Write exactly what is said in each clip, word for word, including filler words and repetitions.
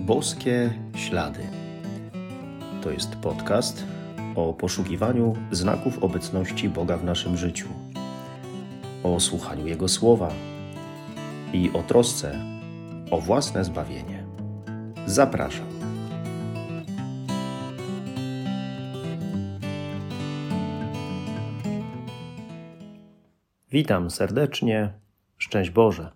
Boskie Ślady. To jest podcast o poszukiwaniu znaków obecności Boga w naszym życiu, o słuchaniu Jego słowa i o trosce o własne zbawienie. Zapraszam. Witam serdecznie, szczęść Boże.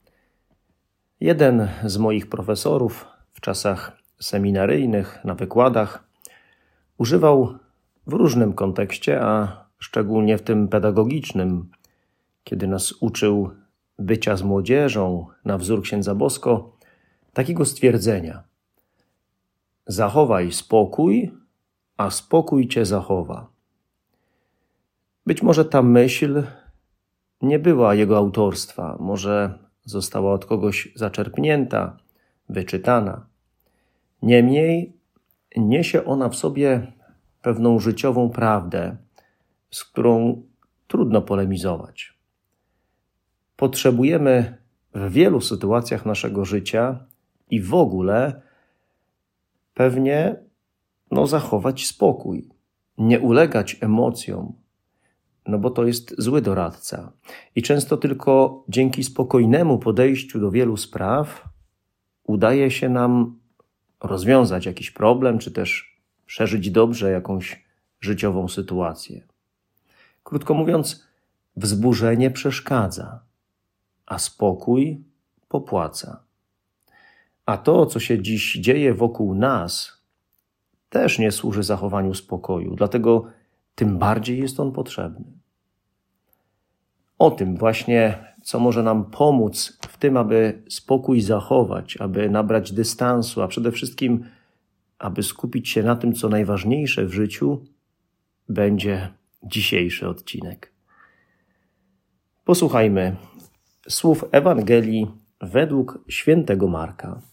Jeden z moich profesorów w czasach seminaryjnych, na wykładach, używał w różnym kontekście, a szczególnie w tym pedagogicznym, kiedy nas uczył bycia z młodzieżą na wzór księdza Bosko, takiego stwierdzenia: zachowaj spokój, a spokój cię zachowa. Być może ta myśl nie była jego autorstwa, może została od kogoś zaczerpnięta, wyczytana. Niemniej niesie ona w sobie pewną życiową prawdę, z którą trudno polemizować. Potrzebujemy w wielu sytuacjach naszego życia i w ogóle pewnie no, zachować spokój, nie ulegać emocjom, no bo to jest zły doradca. I często tylko dzięki spokojnemu podejściu do wielu spraw udaje się nam rozwiązać jakiś problem, czy też przeżyć dobrze jakąś życiową sytuację. Krótko mówiąc, wzburzenie przeszkadza, a spokój popłaca. A to, co się dziś dzieje wokół nas, też nie służy zachowaniu spokoju, dlatego tym bardziej jest on potrzebny. O tym właśnie, co może nam pomóc w tym, aby spokój zachować, aby nabrać dystansu, a przede wszystkim, aby skupić się na tym, co najważniejsze w życiu, będzie dzisiejszy odcinek. Posłuchajmy słów Ewangelii według świętego Marka.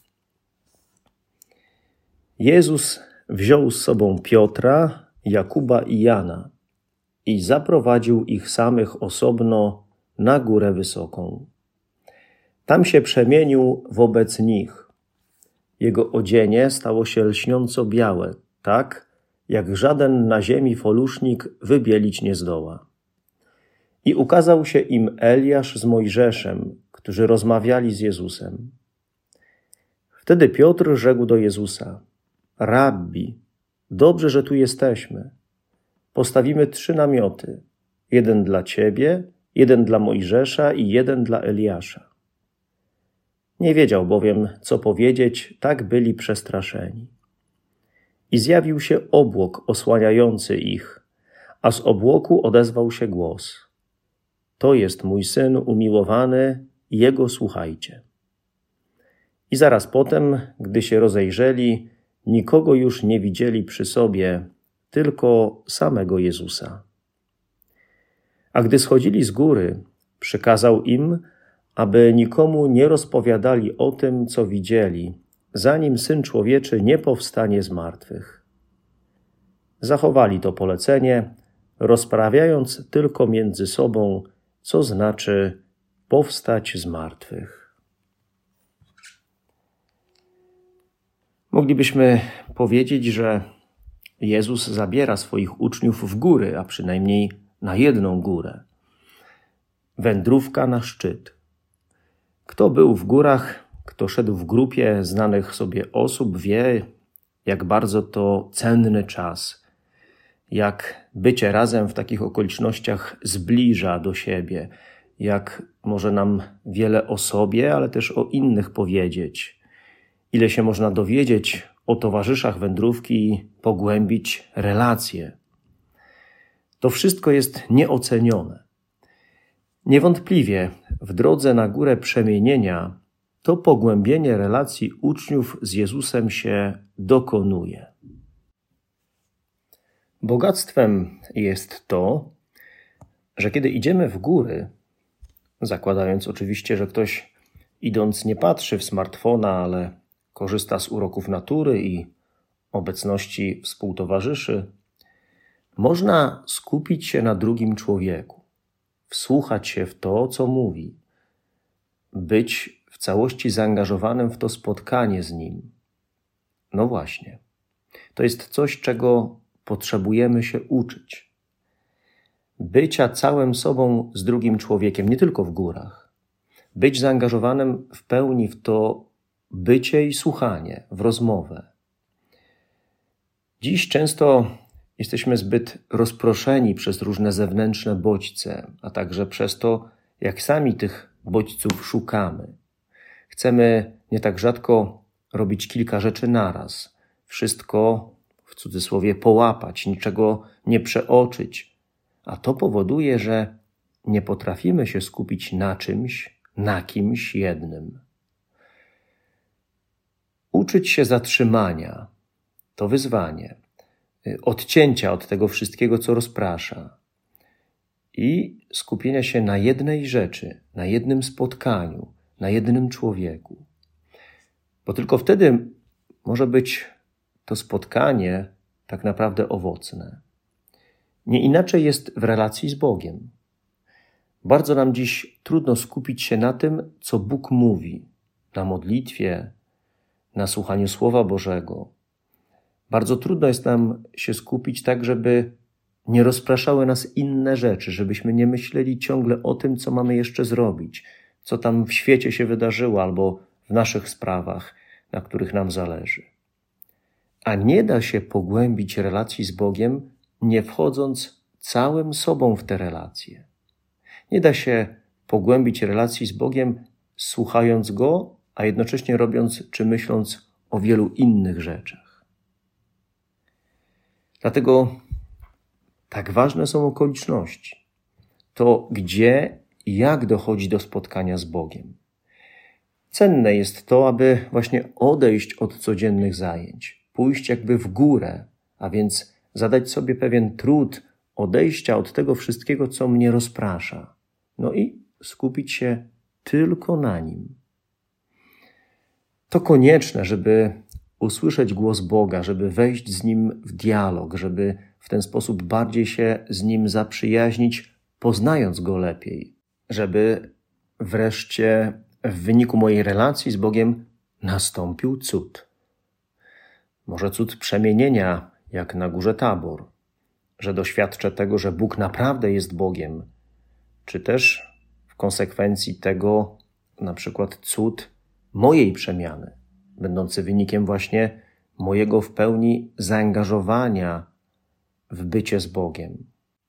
Jezus wziął z sobą Piotra, Jakuba i Jana i zaprowadził ich samych osobno na górę wysoką. Tam się przemienił wobec nich. Jego odzienie stało się lśniąco białe, tak jak żaden na ziemi folusznik wybielić nie zdoła. I ukazał się im Eliasz z Mojżeszem, którzy rozmawiali z Jezusem. Wtedy Piotr rzekł do Jezusa: Rabbi, dobrze, że tu jesteśmy. Postawimy trzy namioty. Jeden dla Ciebie, jeden dla Mojżesza i jeden dla Eliasza. Nie wiedział bowiem, co powiedzieć, tak byli przestraszeni. I zjawił się obłok osłaniający ich, a z obłoku odezwał się głos: To jest mój Syn umiłowany, Jego słuchajcie. I zaraz potem, gdy się rozejrzeli, nikogo już nie widzieli przy sobie, tylko samego Jezusa. A gdy schodzili z góry, przykazał im, aby nikomu nie rozpowiadali o tym, co widzieli, zanim Syn Człowieczy nie powstanie z martwych. Zachowali to polecenie, rozprawiając tylko między sobą, co znaczy powstać z martwych. Moglibyśmy powiedzieć, że Jezus zabiera swoich uczniów w góry, a przynajmniej na jedną górę. Wędrówka na szczyt. Kto był w górach, kto szedł w grupie znanych sobie osób, wie, jak bardzo to cenny czas, jak bycie razem w takich okolicznościach zbliża do siebie, jak może nam wiele o sobie, ale też o innych powiedzieć. Ile się można dowiedzieć o towarzyszach wędrówki i pogłębić relacje. To wszystko jest nieocenione. Niewątpliwie w drodze na górę przemienienia to pogłębienie relacji uczniów z Jezusem się dokonuje. Bogactwem jest to, że kiedy idziemy w góry, zakładając oczywiście, że ktoś idąc nie patrzy w smartfona, ale korzysta z uroków natury i obecności współtowarzyszy, można skupić się na drugim człowieku, wsłuchać się w to, co mówi, być w całości zaangażowanym w to spotkanie z nim, No właśnie. To jest coś, czego potrzebujemy się uczyć. Bycia całym sobą z drugim człowiekiem, nie tylko w górach. Być zaangażowanym w pełni w to bycie i słuchanie, w rozmowę. Dziś często jesteśmy zbyt rozproszeni przez różne zewnętrzne bodźce, a także przez to, jak sami tych bodźców szukamy. Chcemy nie tak rzadko robić kilka rzeczy naraz, wszystko w cudzysłowie połapać, niczego nie przeoczyć, a to powoduje, że nie potrafimy się skupić na czymś, na kimś jednym. Uczyć się zatrzymania to wyzwanie, odcięcia od tego wszystkiego, co rozprasza i skupienia się na jednej rzeczy, na jednym spotkaniu, na jednym człowieku. Bo tylko wtedy może być to spotkanie tak naprawdę owocne. Nie inaczej jest w relacji z Bogiem. Bardzo nam dziś trudno skupić się na tym, co Bóg mówi, na modlitwie, na słuchaniu Słowa Bożego. Bardzo trudno jest nam się skupić tak, żeby nie rozpraszały nas inne rzeczy, żebyśmy nie myśleli ciągle o tym, co mamy jeszcze zrobić, co tam w świecie się wydarzyło albo w naszych sprawach, na których nam zależy. A nie da się pogłębić relacji z Bogiem, nie wchodząc całym sobą w te relacje. Nie da się pogłębić relacji z Bogiem, słuchając Go, a jednocześnie robiąc czy myśląc o wielu innych rzeczach. Dlatego tak ważne są okoliczności. To gdzie i jak dochodzi do spotkania z Bogiem. Cenne jest to, aby właśnie odejść od codziennych zajęć, pójść jakby w górę, a więc zadać sobie pewien trud odejścia od tego wszystkiego, co mnie rozprasza. No i skupić się tylko na Nim. To konieczne, żeby usłyszeć głos Boga, żeby wejść z Nim w dialog, żeby w ten sposób bardziej się z Nim zaprzyjaźnić, poznając Go lepiej, żeby wreszcie w wyniku mojej relacji z Bogiem nastąpił cud. Może cud przemienienia, jak na górze Tabor, że doświadczę tego, że Bóg naprawdę jest Bogiem, czy też w konsekwencji tego na przykład cud mojej przemiany, będący wynikiem właśnie mojego w pełni zaangażowania w bycie z Bogiem.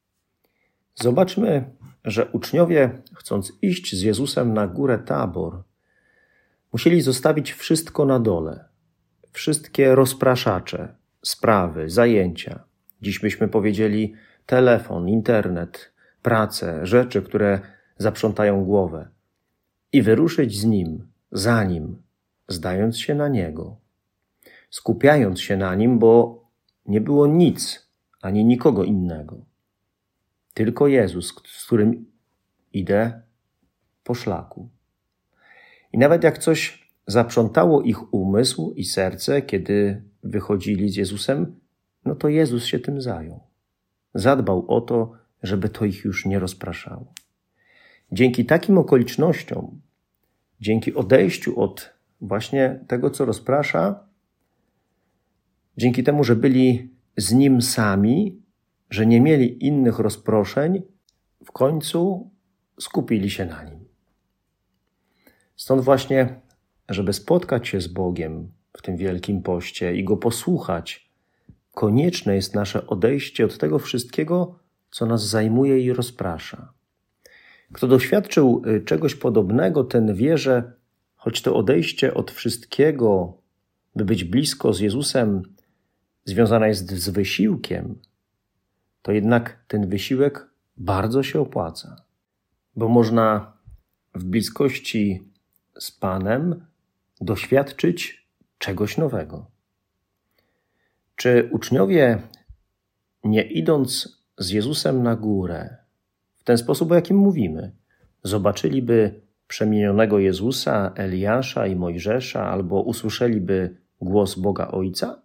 Zobaczmy, że uczniowie, chcąc iść z Jezusem na górę Tabor, musieli zostawić wszystko na dole, wszystkie rozpraszacze, sprawy, zajęcia. Dziś byśmy powiedzieli telefon, internet, pracę, rzeczy, które zaprzątają głowę i wyruszyć z Nim, za Nim, zdając się na Niego, skupiając się na Nim, bo nie było nic ani nikogo innego. Tylko Jezus, z którym idę po szlaku. I nawet jak coś zaprzątało ich umysł i serce, kiedy wychodzili z Jezusem, no to Jezus się tym zajął. Zadbał o to, żeby to ich już nie rozpraszało. Dzięki takim okolicznościom, dzięki odejściu od właśnie tego, co rozprasza, dzięki temu, że byli z Nim sami, że nie mieli innych rozproszeń, w końcu skupili się na Nim. Stąd właśnie, żeby spotkać się z Bogiem w tym Wielkim Poście i Go posłuchać, konieczne jest nasze odejście od tego wszystkiego, co nas zajmuje i rozprasza. Kto doświadczył czegoś podobnego, ten wie, że choć to odejście od wszystkiego, by być blisko z Jezusem, związane jest z wysiłkiem, to jednak ten wysiłek bardzo się opłaca, bo można w bliskości z Panem doświadczyć czegoś nowego. Czy uczniowie, nie idąc z Jezusem na górę, w ten sposób, o jakim mówimy, zobaczyliby przemienionego Jezusa, Eliasza i Mojżesza, albo usłyszeliby głos Boga Ojca?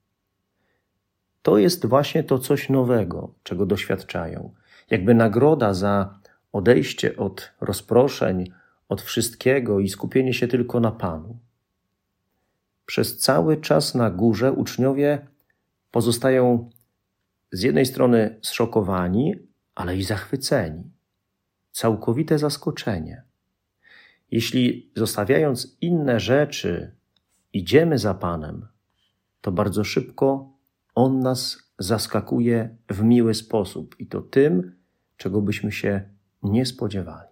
To jest właśnie to coś nowego, czego doświadczają. Jakby nagroda za odejście od rozproszeń, od wszystkiego i skupienie się tylko na Panu. Przez cały czas na górze uczniowie pozostają z jednej strony zszokowani, ale i zachwyceni. Całkowite zaskoczenie. Jeśli zostawiając inne rzeczy idziemy za Panem, to bardzo szybko On nas zaskakuje w miły sposób i to tym, czego byśmy się nie spodziewali.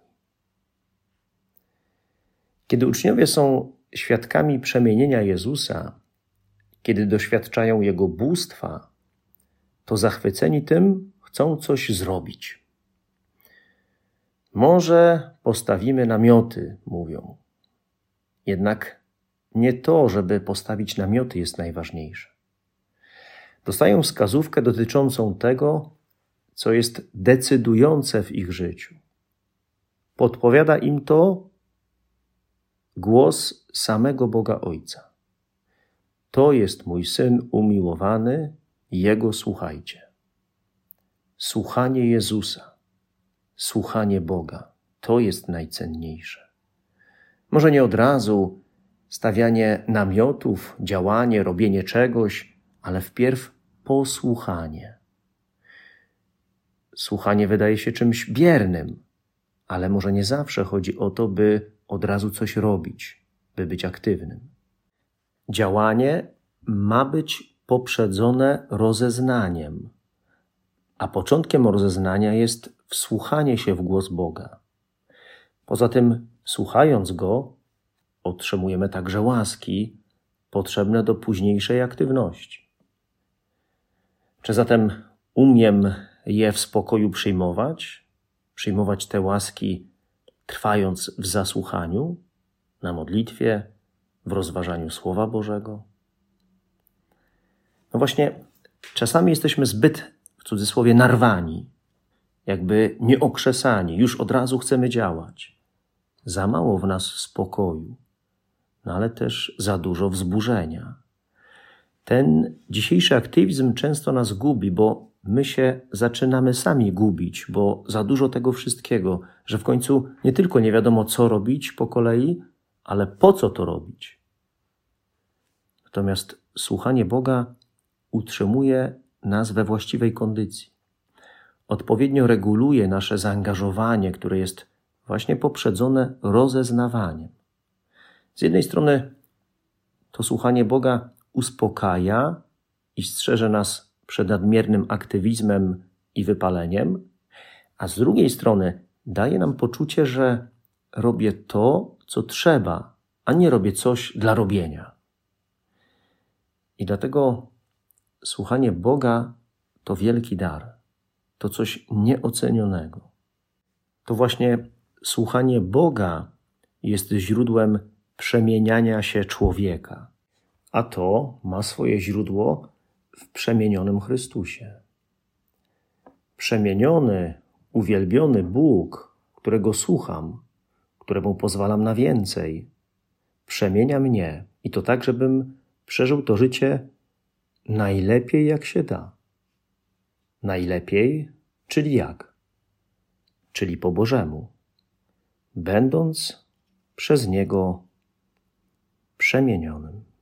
Kiedy uczniowie są świadkami przemienienia Jezusa, kiedy doświadczają Jego bóstwa, to zachwyceni tym chcą coś zrobić. Może postawimy namioty, mówią. Jednak nie to, żeby postawić namioty jest najważniejsze. Dostają wskazówkę dotyczącą tego, co jest decydujące w ich życiu. Podpowiada im to głos samego Boga Ojca. To jest mój Syn umiłowany, Jego słuchajcie. Słuchanie Jezusa, słuchanie Boga, to jest najcenniejsze. Może nie od razu stawianie namiotów, działanie, robienie czegoś, ale wpierw posłuchanie. Słuchanie wydaje się czymś biernym, ale może nie zawsze chodzi o to, by od razu coś robić, by być aktywnym. Działanie ma być poprzedzone rozeznaniem, a początkiem rozeznania jest wsłuchanie się w głos Boga. Poza tym, słuchając Go, otrzymujemy także łaski potrzebne do późniejszej aktywności. Czy zatem umiem je w spokoju przyjmować? Przyjmować te łaski, trwając w zasłuchaniu, na modlitwie, w rozważaniu Słowa Bożego? No właśnie, czasami jesteśmy zbyt, w cudzysłowie, narwani, jakby nieokrzesani, już od razu chcemy działać. Za mało w nas spokoju, no ale też za dużo wzburzenia. Ten dzisiejszy aktywizm często nas gubi, bo my się zaczynamy sami gubić, bo za dużo tego wszystkiego, że w końcu nie tylko nie wiadomo, co robić po kolei, ale po co to robić. Natomiast słuchanie Boga utrzymuje nas we właściwej kondycji. Odpowiednio reguluje nasze zaangażowanie, które jest właśnie poprzedzone rozeznawaniem. Z jednej strony to słuchanie Boga uspokaja i strzeże nas przed nadmiernym aktywizmem i wypaleniem, a z drugiej strony daje nam poczucie, że robię to, co trzeba, a nie robię coś dla robienia. I dlatego słuchanie Boga to wielki dar, to coś nieocenionego. To właśnie słuchanie Boga jest źródłem przemieniania się człowieka, a to ma swoje źródło w przemienionym Chrystusie. Przemieniony, uwielbiony Bóg, którego słucham, któremu pozwalam na więcej, przemienia mnie i to tak, żebym przeżył to życie najlepiej jak się da. Najlepiej, czyli jak? Czyli po Bożemu, będąc przez Niego przemienionym.